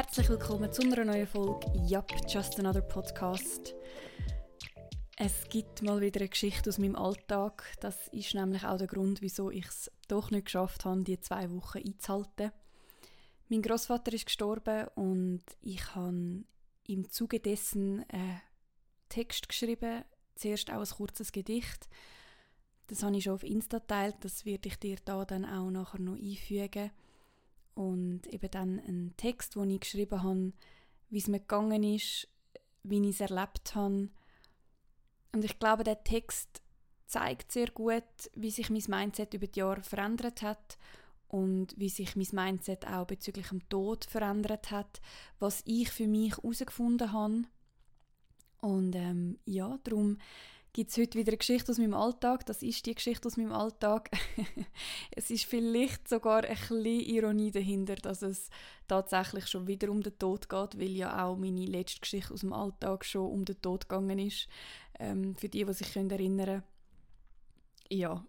Herzlich willkommen zu einer neuen Folge Yup, Just Another Podcast. Es gibt mal wieder eine Geschichte aus meinem Alltag. Das ist nämlich auch der Grund, wieso ich es doch nicht geschafft habe, die 2 Wochen einzuhalten. Mein Großvater ist gestorben und ich habe im Zuge dessen einen Text geschrieben, zuerst auch ein kurzes Gedicht. Das habe ich schon auf Insta geteilt, das werde ich dir da dann auch nachher noch einfügen. Und eben dann einen Text, den ich geschrieben habe, wie es mir gegangen ist, wie ich es erlebt habe. Und ich glaube, der Text zeigt sehr gut, wie sich mein Mindset über die Jahre verändert hat und wie sich mein Mindset auch bezüglich dem Tod verändert hat, was ich für mich herausgefunden habe. Und darum gibt es heute wieder eine Geschichte aus meinem Alltag. Das ist die Geschichte aus meinem Alltag. Es ist vielleicht sogar ein bisschen Ironie dahinter, dass es tatsächlich schon wieder um den Tod geht, weil ja auch meine letzte Geschichte aus dem Alltag schon um den Tod gegangen ist. Für die sich erinnern können. Ja,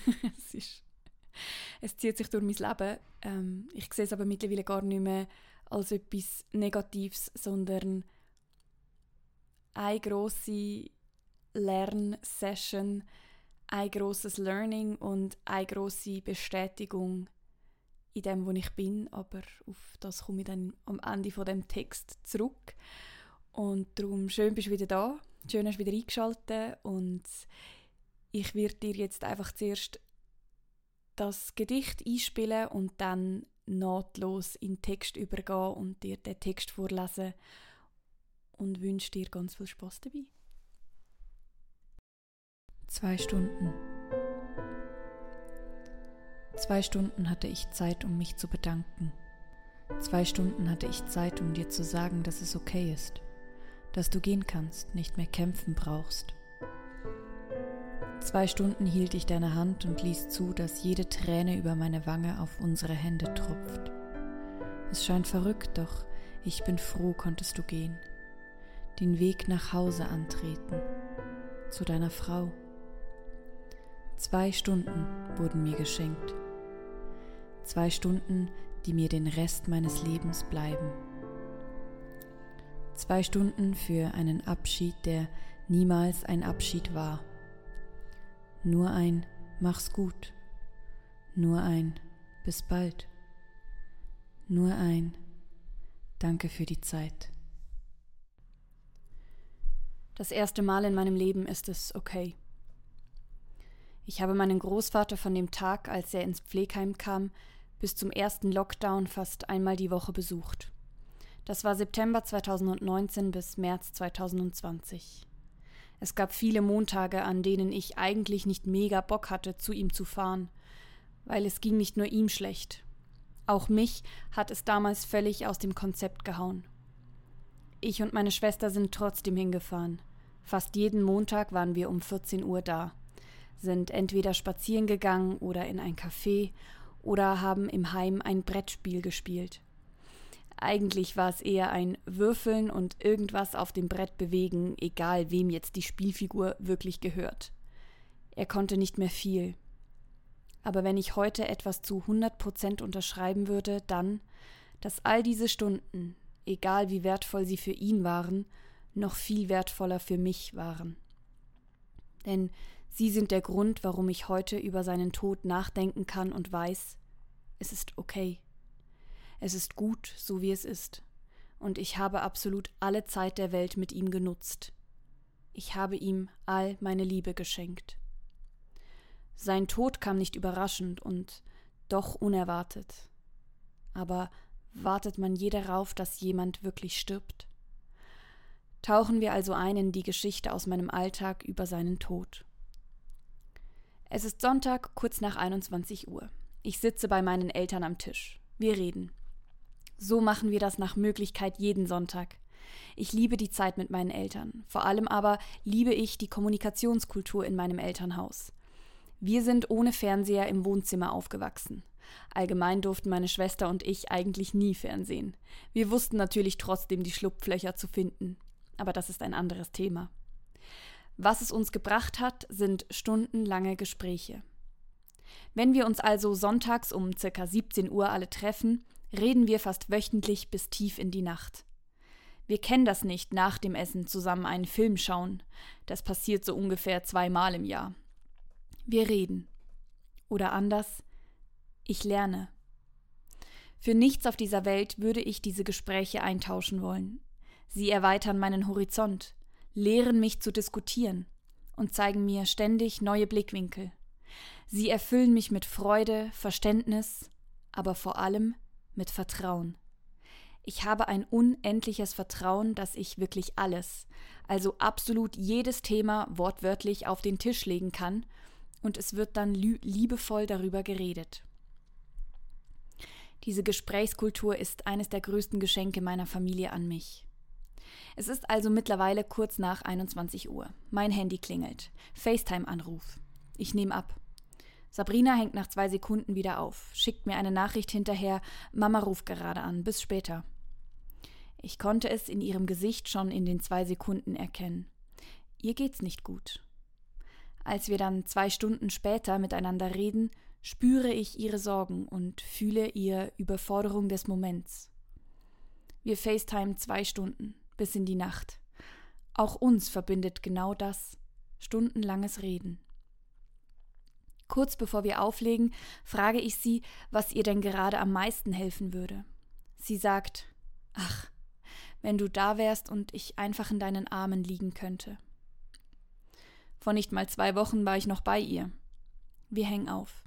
es zieht sich durch mein Leben. Ich sehe es aber mittlerweile gar nicht mehr als etwas Negatives, sondern eine grosse Lernsession, ein grosses Learning und eine grosse Bestätigung in dem, wo ich bin, aber auf das komme ich dann am Ende von dem Text zurück. Und darum, schön bist du wieder da, schön hast du wieder eingeschaltet und ich werde dir jetzt einfach zuerst das Gedicht einspielen und dann nahtlos in den Text übergehen und dir den Text vorlesen und wünsche dir ganz viel Spaß dabei. 2 Stunden. 2 Stunden hatte ich Zeit, um mich zu bedanken. 2 Stunden hatte ich Zeit, um dir zu sagen, dass es okay ist, dass du gehen kannst, nicht mehr kämpfen brauchst. 2 Stunden hielt ich deine Hand und ließ zu, dass jede Träne über meine Wange auf unsere Hände tropft. Es scheint verrückt, doch ich bin froh, konntest du gehen. Den Weg nach Hause antreten, zu deiner Frau. 2 Stunden wurden mir geschenkt. 2 Stunden, die mir den Rest meines Lebens bleiben. 2 Stunden für einen Abschied, der niemals ein Abschied war. Nur ein Mach's gut. Nur ein Bis bald. Nur ein Danke für die Zeit. Das erste Mal in meinem Leben ist es okay. Ich habe meinen Großvater von dem Tag, als er ins Pflegeheim kam, bis zum ersten Lockdown fast einmal die Woche besucht. Das war September 2019 bis März 2020. Es gab viele Montage, an denen ich eigentlich nicht mega Bock hatte, zu ihm zu fahren, weil es ging nicht nur ihm schlecht. Auch mich hat es damals völlig aus dem Konzept gehauen. Ich und meine Schwester sind trotzdem hingefahren. Fast jeden Montag waren wir um 14 Uhr da, sind entweder spazieren gegangen oder in ein Café oder haben im Heim ein Brettspiel gespielt. Eigentlich war es eher ein Würfeln und irgendwas auf dem Brett bewegen, egal wem jetzt die Spielfigur wirklich gehört. Er konnte nicht mehr viel. Aber wenn ich heute etwas zu 100% unterschreiben würde, dann, dass all diese Stunden, egal wie wertvoll sie für ihn waren, noch viel wertvoller für mich waren. Denn sie sind der Grund, warum ich heute über seinen Tod nachdenken kann und weiß, es ist okay. Es ist gut, so wie es ist. Und ich habe absolut alle Zeit der Welt mit ihm genutzt. Ich habe ihm all meine Liebe geschenkt. Sein Tod kam nicht überraschend und doch unerwartet. Aber wartet man je darauf, dass jemand wirklich stirbt? Tauchen wir also ein in die Geschichte aus meinem Alltag über seinen Tod. Es ist Sonntag, kurz nach 21 Uhr. Ich sitze bei meinen Eltern am Tisch. Wir reden. So machen wir das nach Möglichkeit jeden Sonntag. Ich liebe die Zeit mit meinen Eltern. Vor allem aber liebe ich die Kommunikationskultur in meinem Elternhaus. Wir sind ohne Fernseher im Wohnzimmer aufgewachsen. Allgemein durften meine Schwester und ich eigentlich nie Fernsehen. Wir wussten natürlich trotzdem, die Schlupflöcher zu finden. Aber das ist ein anderes Thema. Was es uns gebracht hat, sind stundenlange Gespräche. Wenn wir uns also sonntags um ca. 17 Uhr alle treffen, reden wir fast wöchentlich bis tief in die Nacht. Wir kennen das nicht, nach dem Essen zusammen einen Film schauen. Das passiert so ungefähr 2-mal im Jahr. Wir reden. Oder anders, ich lerne. Für nichts auf dieser Welt würde ich diese Gespräche eintauschen wollen. Sie erweitern meinen Horizont, lehren mich zu diskutieren und zeigen mir ständig neue Blickwinkel. Sie erfüllen mich mit Freude, Verständnis, aber vor allem mit Vertrauen. Ich habe ein unendliches Vertrauen, dass ich wirklich alles, also absolut jedes Thema wortwörtlich auf den Tisch legen kann und es wird dann liebevoll darüber geredet. Diese Gesprächskultur ist eines der größten Geschenke meiner Familie an mich. Es ist also mittlerweile kurz nach 21 Uhr. Mein Handy klingelt. FaceTime-Anruf. Ich nehme ab. Sabrina hängt nach 2 Sekunden wieder auf, schickt mir eine Nachricht hinterher, Mama ruft gerade an, bis später. Ich konnte es in ihrem Gesicht schon in den 2 Sekunden erkennen. Ihr geht's nicht gut. Als wir dann 2 Stunden später miteinander reden, spüre ich ihre Sorgen und fühle ihr Überforderung des Moments. Wir FaceTime 2 Stunden, bis in die Nacht. Auch uns verbindet genau das, stundenlanges Reden. Kurz bevor wir auflegen, frage ich sie, was ihr denn gerade am meisten helfen würde. Sie sagt, ach, wenn du da wärst und ich einfach in deinen Armen liegen könnte. Vor nicht mal 2 Wochen war ich noch bei ihr. Wir hängen auf.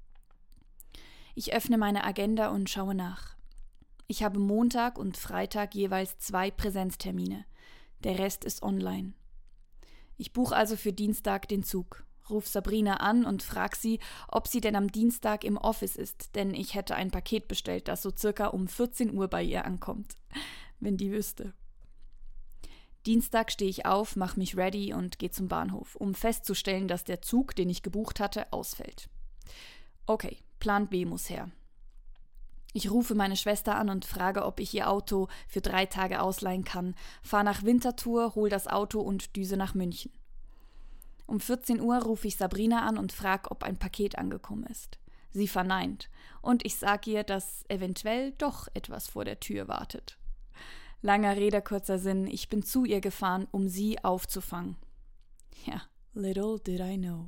Ich öffne meine Agenda und schaue nach. Ich habe Montag und Freitag jeweils 2 Präsenztermine. Der Rest ist online. Ich buche also für Dienstag den Zug, ruf Sabrina an und frag sie, ob sie denn am Dienstag im Office ist, denn ich hätte ein Paket bestellt, das so circa um 14 Uhr bei ihr ankommt. Wenn die wüsste. Dienstag stehe ich auf, mache mich ready und gehe zum Bahnhof, um festzustellen, dass der Zug, den ich gebucht hatte, ausfällt. Okay, Plan B muss her. Ich rufe meine Schwester an und frage, ob ich ihr Auto für 3 Tage ausleihen kann, fahre nach Winterthur, hol das Auto und düse nach München. Um 14 Uhr rufe ich Sabrina an und frage, ob ein Paket angekommen ist. Sie verneint und ich sage ihr, dass eventuell doch etwas vor der Tür wartet. Langer Rede, kurzer Sinn, ich bin zu ihr gefahren, um sie aufzufangen. Ja, little did I know.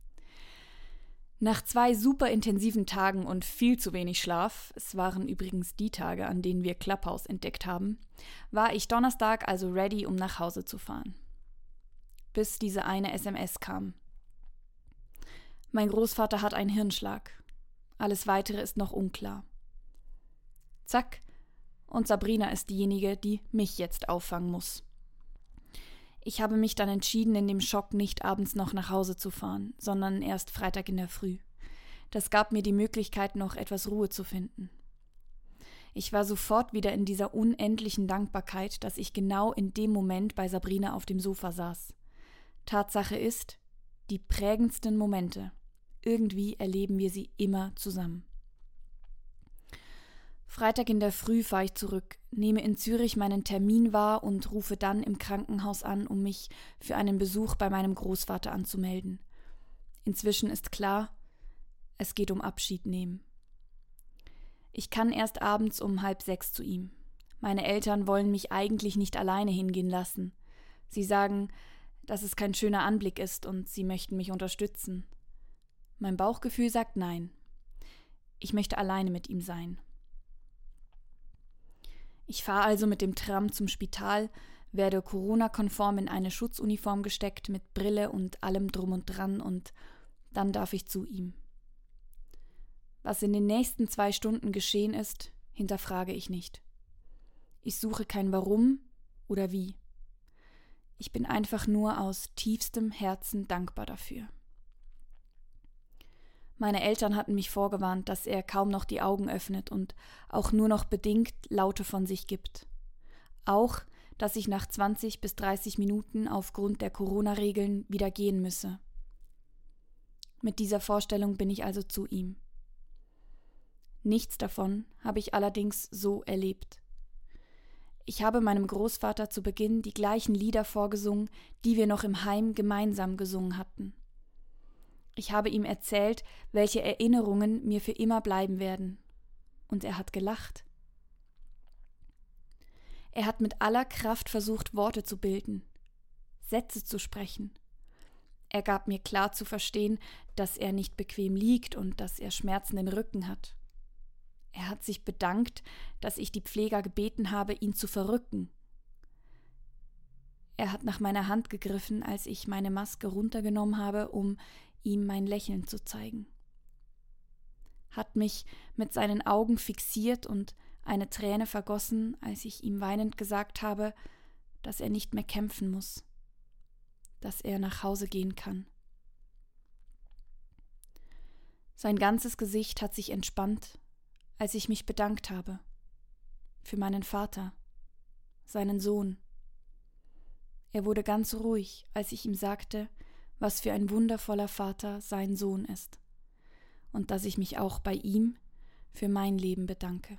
Nach 2 super intensiven Tagen und viel zu wenig Schlaf, es waren übrigens die Tage, an denen wir Clubhouse entdeckt haben, war ich Donnerstag also ready, um nach Hause zu fahren. Bis diese eine SMS kam. Mein Großvater hat einen Hirnschlag. Alles Weitere ist noch unklar. Zack, und Sabrina ist diejenige, die mich jetzt auffangen muss. Ich habe mich dann entschieden, in dem Schock nicht abends noch nach Hause zu fahren, sondern erst Freitag in der Früh. Das gab mir die Möglichkeit, noch etwas Ruhe zu finden. Ich war sofort wieder in dieser unendlichen Dankbarkeit, dass ich genau in dem Moment bei Sabrina auf dem Sofa saß. Tatsache ist, die prägendsten Momente, irgendwie erleben wir sie immer zusammen. Freitag in der Früh fahre ich zurück, nehme in Zürich meinen Termin wahr und rufe dann im Krankenhaus an, um mich für einen Besuch bei meinem Großvater anzumelden. Inzwischen ist klar, es geht um Abschied nehmen. Ich kann erst abends um 5:30 zu ihm. Meine Eltern wollen mich eigentlich nicht alleine hingehen lassen. Sie sagen, dass es kein schöner Anblick ist und sie möchten mich unterstützen. Mein Bauchgefühl sagt nein. Ich möchte alleine mit ihm sein. Ich fahre also mit dem Tram zum Spital, werde Corona-konform in eine Schutzuniform gesteckt mit Brille und allem drum und dran und dann darf ich zu ihm. Was in den nächsten 2 Stunden geschehen ist, hinterfrage ich nicht. Ich suche kein Warum oder Wie. Ich bin einfach nur aus tiefstem Herzen dankbar dafür. Meine Eltern hatten mich vorgewarnt, dass er kaum noch die Augen öffnet und auch nur noch bedingt Laute von sich gibt. Auch, dass ich nach 20 bis 30 Minuten aufgrund der Corona-Regeln wieder gehen müsse. Mit dieser Vorstellung bin ich also zu ihm. Nichts davon habe ich allerdings so erlebt. Ich habe meinem Großvater zu Beginn die gleichen Lieder vorgesungen, die wir noch im Heim gemeinsam gesungen hatten. Ich habe ihm erzählt, welche Erinnerungen mir für immer bleiben werden. Und er hat gelacht. Er hat mit aller Kraft versucht, Worte zu bilden, Sätze zu sprechen. Er gab mir klar zu verstehen, dass er nicht bequem liegt und dass er schmerzenden Rücken hat. Er hat sich bedankt, dass ich die Pfleger gebeten habe, ihn zu verrücken. Er hat nach meiner Hand gegriffen, als ich meine Maske runtergenommen habe, um ihm mein Lächeln zu zeigen. Hat mich mit seinen Augen fixiert und eine Träne vergossen, als ich ihm weinend gesagt habe, dass er nicht mehr kämpfen muss, dass er nach Hause gehen kann. Sein ganzes Gesicht hat sich entspannt, als ich mich bedankt habe. Für meinen Vater, seinen Sohn. Er wurde ganz ruhig, als ich ihm sagte, was für ein wundervoller Vater sein Sohn ist und dass ich mich auch bei ihm für mein Leben bedanke.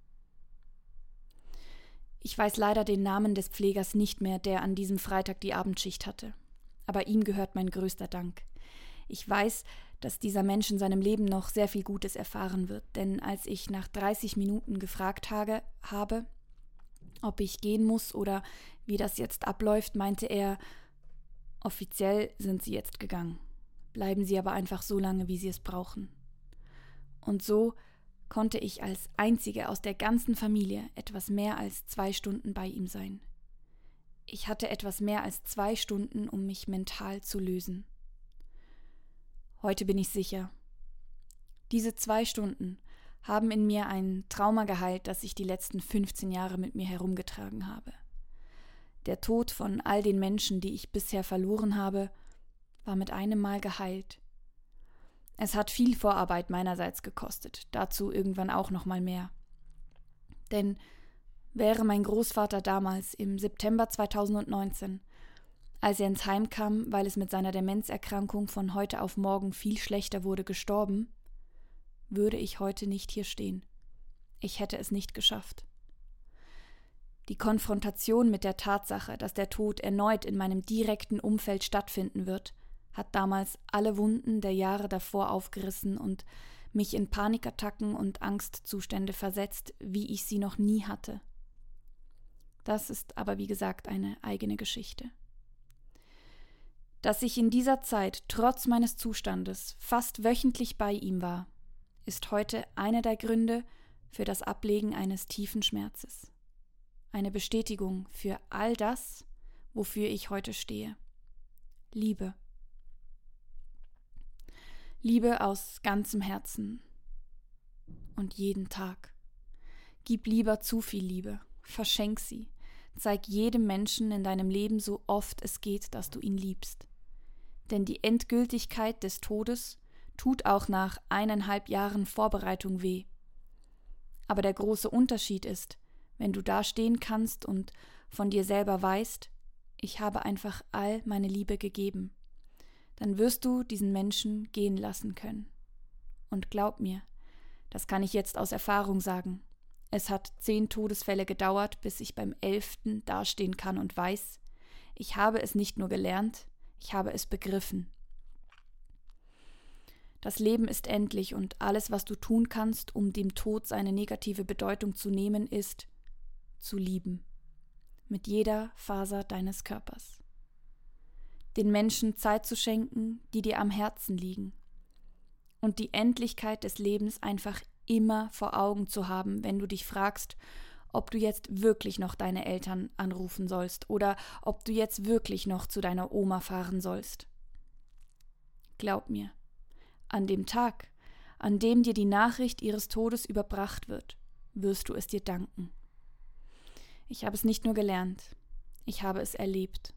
Ich weiß leider den Namen des Pflegers nicht mehr, der an diesem Freitag die Abendschicht hatte, aber ihm gehört mein größter Dank. Ich weiß, dass dieser Mensch in seinem Leben noch sehr viel Gutes erfahren wird, denn als ich nach 30 Minuten gefragt habe, ob ich gehen muss oder wie das jetzt abläuft, meinte er, offiziell sind Sie jetzt gegangen. Bleiben Sie aber einfach so lange, wie Sie es brauchen. Und so konnte ich als Einzige aus der ganzen Familie etwas mehr als 2 Stunden bei ihm sein. Ich hatte etwas mehr als 2 Stunden, um mich mental zu lösen. Heute bin ich sicher. Diese 2 Stunden haben in mir ein Trauma geheilt, das ich die letzten 15 Jahre mit mir herumgetragen habe. Der Tod von all den Menschen, die ich bisher verloren habe, war mit einem Mal geheilt. Es hat viel Vorarbeit meinerseits gekostet, dazu irgendwann auch noch mal mehr. Denn wäre mein Großvater damals im September 2019, als er ins Heim kam, weil es mit seiner Demenzerkrankung von heute auf morgen viel schlechter wurde, gestorben, würde ich heute nicht hier stehen. Ich hätte es nicht geschafft. Die Konfrontation mit der Tatsache, dass der Tod erneut in meinem direkten Umfeld stattfinden wird, hat damals alle Wunden der Jahre davor aufgerissen und mich in Panikattacken und Angstzustände versetzt, wie ich sie noch nie hatte. Das ist aber wie gesagt eine eigene Geschichte. Dass ich in dieser Zeit trotz meines Zustandes fast wöchentlich bei ihm war, ist heute einer der Gründe für das Ablegen eines tiefen Schmerzes. Eine Bestätigung für all das, wofür ich heute stehe. Liebe. Liebe aus ganzem Herzen und jeden Tag. Gib lieber zu viel Liebe, verschenk sie. Zeig jedem Menschen in deinem Leben so oft es geht, dass du ihn liebst. Denn die Endgültigkeit des Todes tut auch nach 1,5 Jahren Vorbereitung weh. Aber der große Unterschied ist, wenn du da stehen kannst und von dir selber weißt, ich habe einfach all meine Liebe gegeben, dann wirst du diesen Menschen gehen lassen können. Und glaub mir, das kann ich jetzt aus Erfahrung sagen, es hat 10 Todesfälle gedauert, bis ich beim 11. dastehen kann und weiß, ich habe es nicht nur gelernt, ich habe es begriffen. Das Leben ist endlich und alles, was du tun kannst, um dem Tod seine negative Bedeutung zu nehmen, ist, zu lieben. Mit jeder Faser deines Körpers. Den Menschen Zeit zu schenken, die dir am Herzen liegen. Und die Endlichkeit des Lebens einfach immer vor Augen zu haben, wenn du dich fragst, ob du jetzt wirklich noch deine Eltern anrufen sollst oder ob du jetzt wirklich noch zu deiner Oma fahren sollst. Glaub mir, an dem Tag, an dem dir die Nachricht ihres Todes überbracht wird, wirst du es dir danken. Ich habe es nicht nur gelernt, ich habe es erlebt.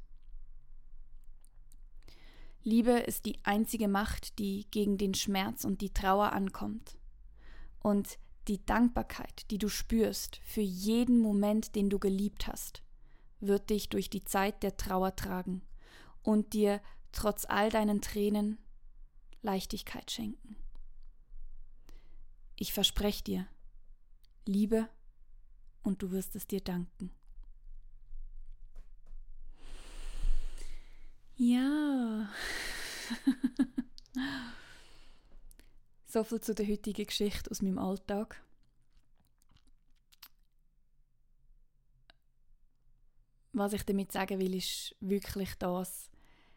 Liebe ist die einzige Macht, die gegen den Schmerz und die Trauer ankommt. Und die Dankbarkeit, die du spürst für jeden Moment, den du geliebt hast, wird dich durch die Zeit der Trauer tragen und dir trotz all deinen Tränen Leichtigkeit schenken. Ich verspreche dir, Liebe, und du wirst es dir danken. Ja. So viel zu der heutigen Geschichte aus meinem Alltag. Was ich damit sagen will, ist wirklich das.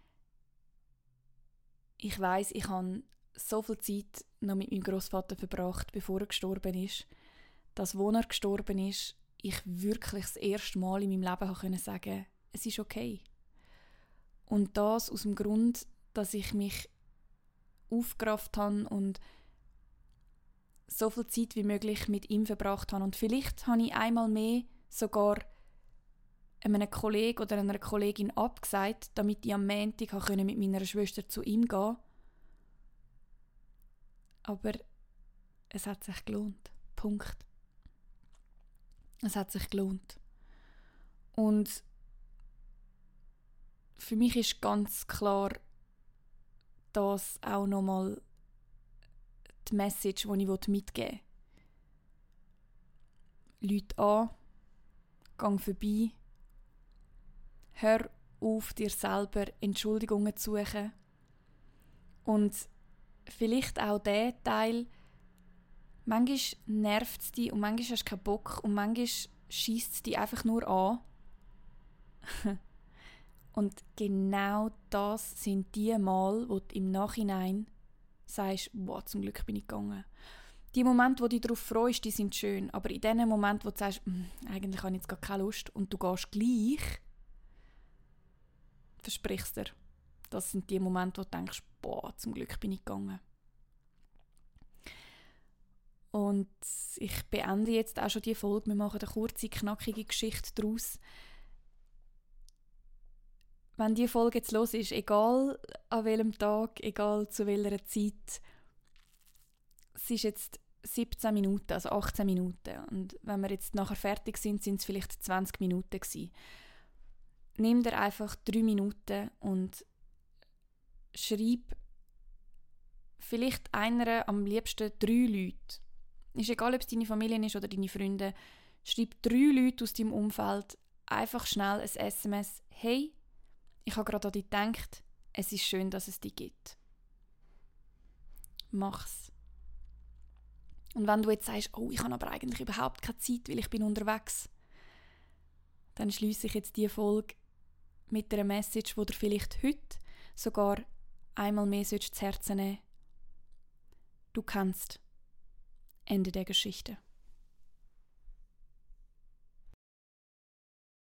Ich weiss, ich habe so viel Zeit noch mit meinem Grossvater verbracht, bevor er gestorben ist, dass, als er gestorben ist, ich wirklich das erste Mal in meinem Leben sagen konnte, es ist okay. Und das aus dem Grund, dass ich mich aufgerafft habe und so viel Zeit wie möglich mit ihm verbracht habe. Und vielleicht habe ich einmal mehr sogar einem Kollegen oder einer Kollegin abgesagt, damit ich am Montag mit meiner Schwester zu ihm gehen konnte. Aber es hat sich gelohnt. Punkt. Es hat sich gelohnt. Und für mich ist ganz klar, das auch nochmal die Message, die ich mitgeben will. Leute an, gang vorbei, hör auf, dir selber Entschuldigungen zu suchen. Und vielleicht auch der Teil, manchmal nervt es dich und manchmal hast du keinen Bock und manchmal schiesst es dich einfach nur an. Und genau das sind die Mal, wo du im Nachhinein sagst, wow, zum Glück bin ich gegangen. Die Momente, wo du dich darauf freust, die sind schön. Aber in den Momenten, wo du sagst, eigentlich habe ich jetzt gar keine Lust und du gehst gleich, versprichst dir, das sind die Momente, wo du denkst, boah, zum Glück bin ich gegangen. Und ich beende jetzt auch schon die Folge. Wir machen eine kurze, knackige Geschichte daraus. Wenn die Folge jetzt los ist, egal an welchem Tag, egal zu welcher Zeit, es ist jetzt 17 Minuten, also 18 Minuten. Und wenn wir jetzt nachher fertig sind, sind es vielleicht 20 Minuten gewesen. Nimm dir einfach 3 Minuten und schreib vielleicht einer, am liebsten 3 Leute. Ist egal, ob es deine Familie ist oder deine Freunde. Schreib 3 Leute aus deinem Umfeld einfach schnell ein SMS. Hey, ich habe gerade an dich gedacht, es ist schön, dass es dich gibt. Mach's. Und wenn du jetzt sagst, oh, ich habe aber eigentlich überhaupt keine Zeit, weil ich bin unterwegs, dann schliesse ich jetzt diese Folge mit einer Message, die dir vielleicht heute sogar einmal mehr zu Herzen nehmen. Du kannst. Ende der Geschichte.